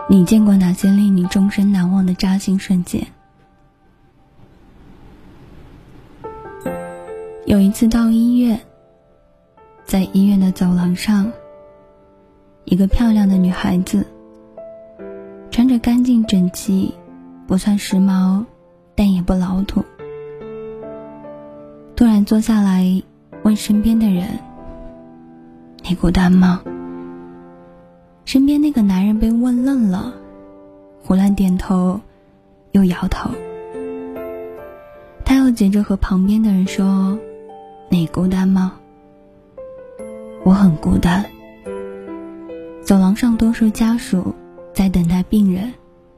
你见过哪些令你终身难忘的扎心瞬间？有一次到医院，在医院的走廊上，一个漂亮的女孩子，穿着干净整齐，不算时髦，但也不老土，突然坐下来问身边的人：你孤单吗？身边那个男人被问愣了，胡乱点头又摇头。他又接着和旁边的人说：你孤单吗？我很孤单。走廊上多数家属在等待病人，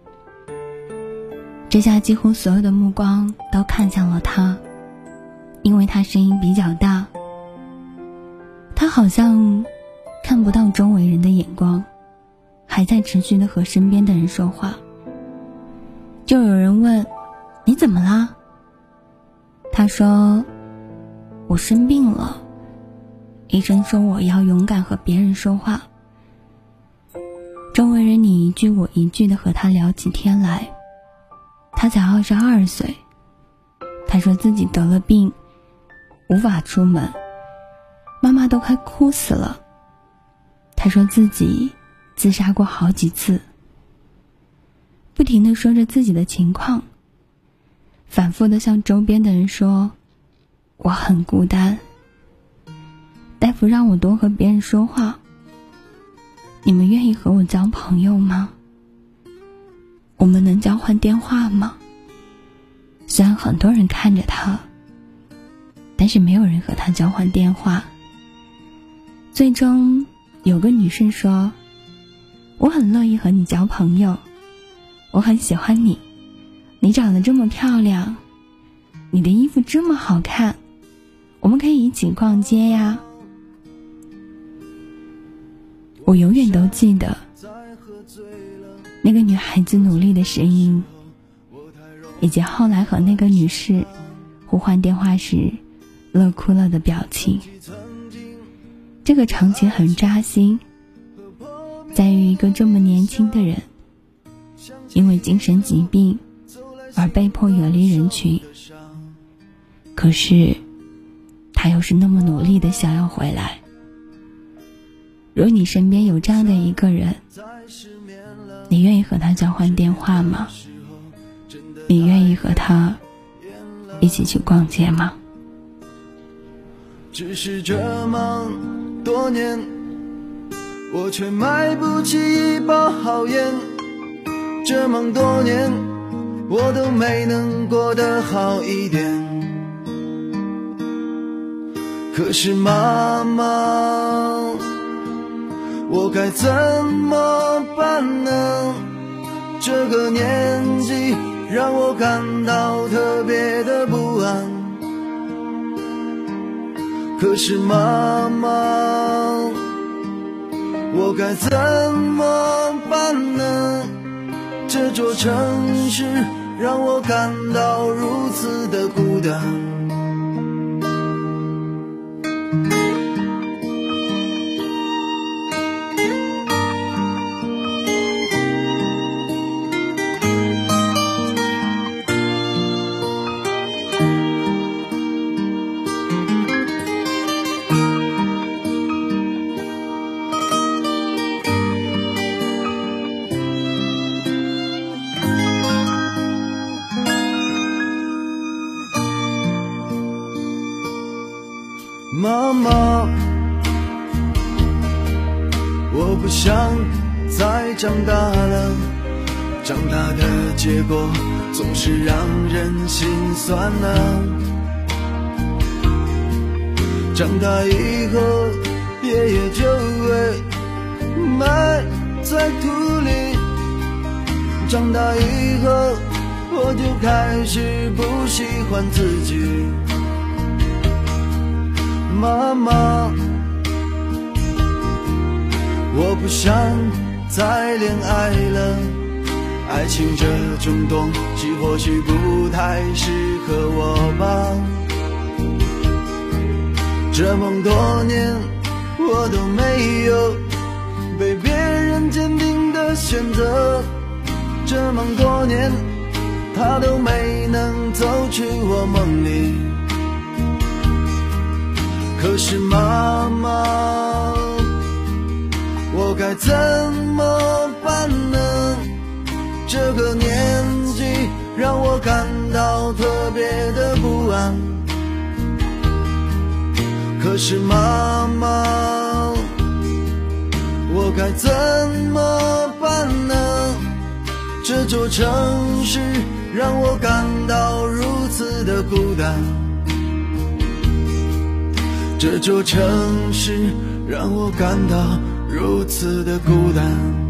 这下几乎所有的目光都看向了他，因为他声音比较大，他好像看不到周围人的眼光，还在持续地和身边的人说话。就有人问：你怎么啦？他说：我生病了，医生说我要勇敢和别人说话。周围人你一句我一句地和他聊起天来。他才22岁，他说自己得了病，无法出门，妈妈都快哭死了。他说自己自杀过好几次，不停地说着自己的情况，反复地向周边的人说：我很孤单，大夫让我多和别人说话，你们愿意和我交朋友吗？我们能交换电话吗？虽然很多人看着他，但是没有人和他交换电话。最终有个女生说：我很乐意和你交朋友，我很喜欢你，你长得这么漂亮，你的衣服这么好看，我们可以一起逛街呀。我永远都记得那个女孩子努力的声音，以及后来和那个女士互换电话时乐哭了的表情。这个场景很扎心，在于一个这么年轻的人因为精神疾病而被迫远离人群，可是他又是那么努力的想要回来。如果你身边有这样的一个人，你愿意和他交换电话吗？你愿意和他一起去逛街吗？ 只是这么多年，我却买不起一包好烟，这么多年我都没能过得好一点。可是妈妈，我该怎么办呢？这个年纪让我感到特别的不安。可是妈妈，我该怎么办呢？这座城市让我感到如此的孤单。妈妈，我不想再长大了，长大的结果总是让人心酸啊。长大以后，爷爷就会埋在土里，长大以后，我就开始不喜欢自己。妈妈，我不想再恋爱了，爱情这种东西或许不太适合我吧。这么多年我都没有被别人坚定的的选择，这么多年他都没能走去我梦里。可是妈妈，我该怎么办呢？这个年纪让我感到特别的不安。可是妈妈，我该怎么办呢？这座城市让我感到如此的孤单，这座城市让我感到如此的孤单。